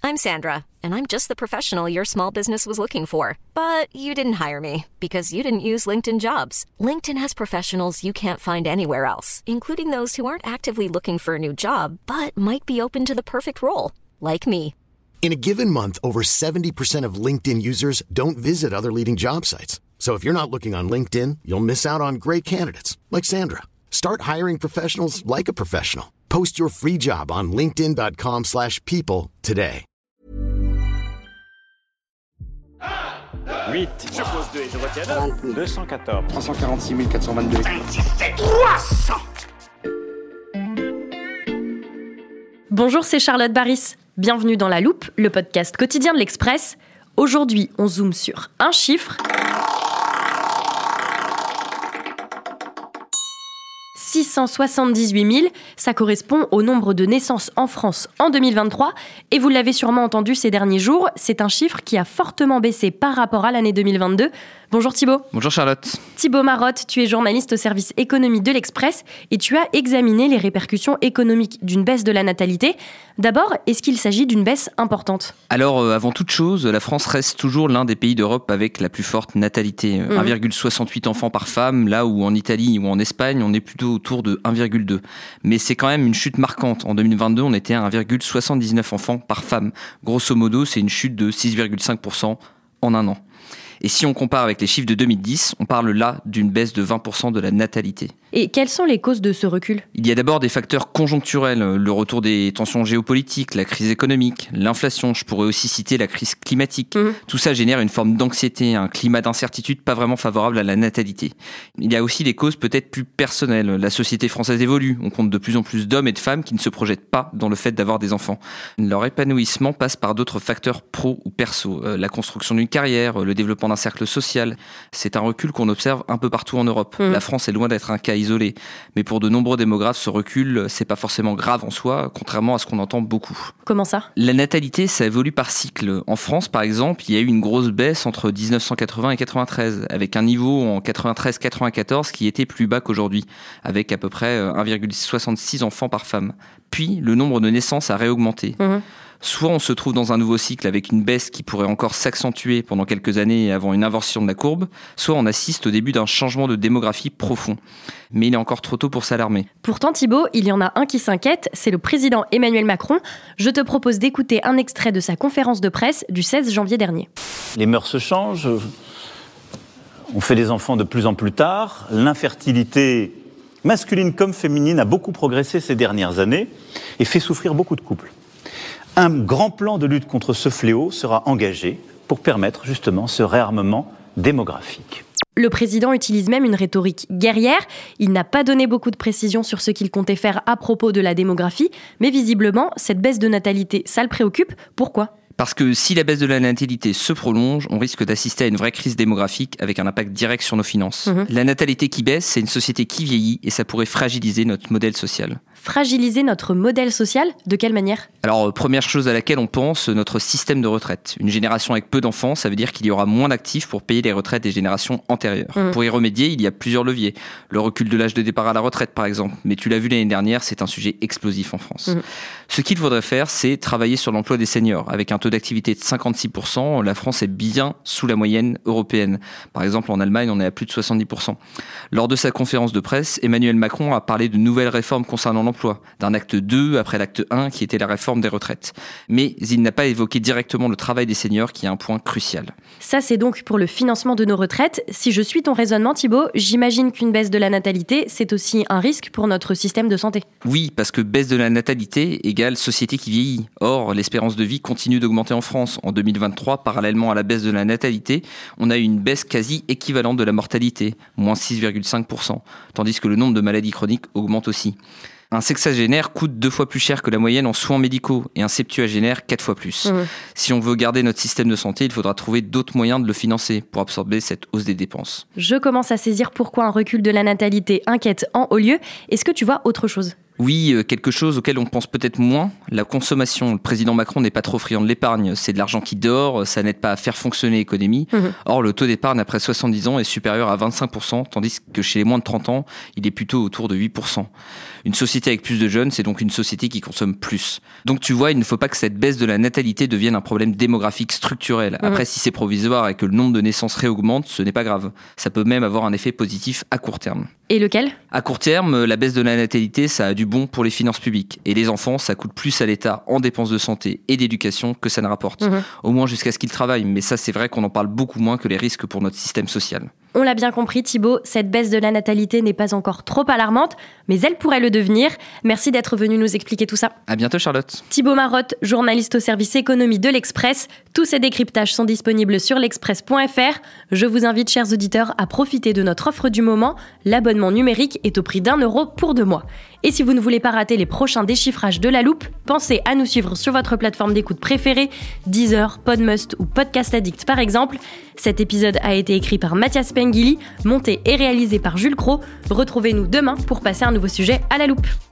I'm Sandra, and I'm just the professional your small business was looking for. But you didn't hire me because you didn't use LinkedIn Jobs. LinkedIn has professionals you can't find anywhere else, including those who aren't actively looking for a new job, but might be open to the perfect role, like me. In a given month, over 70% of LinkedIn users don't visit other leading job sites. So if you're not looking on LinkedIn, you'll miss out on great candidates like Sandra. Start hiring professionals like a professional. Post your free job on linkedin.com/people today. 8. Je pose 2 et je retiens 9. 214. 346 422. 300. Bonjour, c'est Charlotte Baris. Bienvenue dans La Loupe, le podcast quotidien de l'Express. Aujourd'hui, on zoome sur un chiffre. 678 000, ça correspond au nombre de naissances en France en 2023. Et vous l'avez sûrement entendu ces derniers jours, c'est un chiffre qui a fortement baissé par rapport à l'année 2022. Bonjour Thibaut. Bonjour Charlotte. Thibaut Marotte, tu es journaliste au service économie de l'Express et tu as examiné les répercussions économiques d'une baisse de la natalité. D'abord, est-ce qu'il s'agit d'une baisse importante ? Alors, avant toute chose, la France reste toujours l'un des pays d'Europe avec la plus forte natalité. 1,68 enfants par femme, là où en Italie ou en Espagne, on est plutôt autour de 1,2. Mais c'est quand même une chute marquante. En 2022, on était à 1,79 enfants par femme. Grosso modo, c'est une chute de 6,5% en un an. Et si on compare avec les chiffres de 2010, on parle là d'une baisse de 20% de la natalité. Et quelles sont les causes de ce recul ? Il y a d'abord des facteurs conjoncturels, le retour des tensions géopolitiques, la crise économique, l'inflation, je pourrais aussi citer la crise climatique. Tout ça génère une forme d'anxiété, un climat d'incertitude pas vraiment favorable à la natalité. Il y a aussi des causes peut-être plus personnelles. La société française évolue, on compte de plus en plus d'hommes et de femmes qui ne se projettent pas dans le fait d'avoir des enfants. Leur épanouissement passe par d'autres facteurs pro ou perso, la construction d'une carrière, le développement d'un cercle social. C'est un recul qu'on observe un peu partout en Europe. La France est loin d'être un cas isolé. Mais pour de nombreux démographes, ce recul, c'est pas forcément grave en soi, contrairement à ce qu'on entend beaucoup. Comment ça ? La natalité, ça évolue par cycle. En France, par exemple, il y a eu une grosse baisse entre 1980 et 93, avec un niveau en 93-94 qui était plus bas qu'aujourd'hui, avec à peu près 1,66 enfants par femme. Puis, le nombre de naissances a réaugmenté. Soit on se trouve dans un nouveau cycle avec une baisse qui pourrait encore s'accentuer pendant quelques années avant une inversion de la courbe, soit on assiste au début d'un changement de démographie profond. Mais il est encore trop tôt pour s'alarmer. Pourtant Thibaut, il y en a un qui s'inquiète, c'est le président Emmanuel Macron. Je te propose d'écouter un extrait de sa conférence de presse du 16 janvier dernier. Les mœurs se changent, on fait des enfants de plus en plus tard, l'infertilité masculine comme féminine a beaucoup progressé ces dernières années et fait souffrir beaucoup de couples. Un grand plan de lutte contre ce fléau sera engagé pour permettre justement ce réarmement démographique. Le président utilise même une rhétorique guerrière. Il n'a pas donné beaucoup de précisions sur ce qu'il comptait faire à propos de la démographie, mais visiblement, cette baisse de natalité, ça le préoccupe. Pourquoi ? Parce que si la baisse de la natalité se prolonge, on risque d'assister à une vraie crise démographique avec un impact direct sur nos finances. La natalité qui baisse, c'est une société qui vieillit et ça pourrait fragiliser notre modèle social. Fragiliser notre modèle social ? De quelle manière ? Alors, première chose à laquelle on pense, notre système de retraite. Une génération avec peu d'enfants, ça veut dire qu'il y aura moins d'actifs pour payer les retraites des générations antérieures. Pour y remédier, il y a plusieurs leviers. Le recul de l'âge de départ à la retraite, par exemple. Mais tu l'as vu l'année dernière, c'est un sujet explosif en France. Ce qu'il faudrait faire, c'est travailler sur l'emploi des seniors. Avec un taux d'activité de 56%, la France est bien sous la moyenne européenne. Par exemple, en Allemagne, on est à plus de 70%. Lors de sa conférence de presse, Emmanuel Macron a parlé de nouvelles réformes concernant l'emploi, d'un acte 2 après l'acte 1 qui était la réforme des retraites. Mais il n'a pas évoqué directement le travail des seniors qui est un point crucial. Ça, c'est donc pour le financement de nos retraites. Si je suis ton raisonnement, Thibaut, j'imagine qu'une baisse de la natalité, c'est aussi un risque pour notre système de santé. Oui, parce que baisse de la natalité égale société qui vieillit. Or, l'espérance de vie continue d'augmenter en France. En 2023, parallèlement à la baisse de la natalité, on a eu une baisse quasi équivalente de la mortalité, moins 6,5%, tandis que le nombre de maladies chroniques augmente aussi. Un sexagénaire coûte 2 fois plus cher que la moyenne en soins médicaux et un septuagénaire 4 fois plus. Si on veut garder notre système de santé, il faudra trouver d'autres moyens de le financer pour absorber cette hausse des dépenses. Je commence à saisir pourquoi un recul de la natalité inquiète en haut lieu. Est-ce que tu vois autre chose ? Oui, quelque chose auquel on pense peut-être moins, la consommation. Le président Macron n'est pas trop friand de l'épargne. C'est de l'argent qui dort, ça n'aide pas à faire fonctionner l'économie. Or, le taux d'épargne après 70 ans est supérieur à 25%, tandis que chez les moins de 30 ans, il est plutôt autour de 8%. Une société avec plus de jeunes, c'est donc une société qui consomme plus. Donc tu vois, il ne faut pas que cette baisse de la natalité devienne un problème démographique structurel. Après, si c'est provisoire et que le nombre de naissances réaugmente, ce n'est pas grave. Ça peut même avoir un effet positif à court terme. Et lequel ? À court terme, la baisse de la natalité, ça a du bon pour les finances publiques. Et les enfants, ça coûte plus à l'État en dépenses de santé et d'éducation que ça ne rapporte. Au moins jusqu'à ce qu'ils travaillent. Mais ça, c'est vrai qu'on en parle beaucoup moins que les risques pour notre système social. On l'a bien compris, Thibaut, cette baisse de la natalité n'est pas encore trop alarmante, mais elle pourrait le devenir. Merci d'être venu nous expliquer tout ça. À bientôt, Charlotte. Thibaut Marotte, journaliste au service économie de l'Express. Tous ces décryptages sont disponibles sur l'express.fr. Je vous invite, chers auditeurs, à profiter de notre offre du moment. L'abonnement numérique est au prix d'€1 pour 2 mois. Et si vous ne voulez pas rater les prochains déchiffrages de la loupe, pensez à nous suivre sur votre plateforme d'écoute préférée, Deezer, Podmust ou Podcast Addict par exemple. Cet épisode a été écrit par Mathias Pengili, monté et réalisé par Jules Cros. Retrouvez-nous demain pour passer un nouveau sujet à la loupe.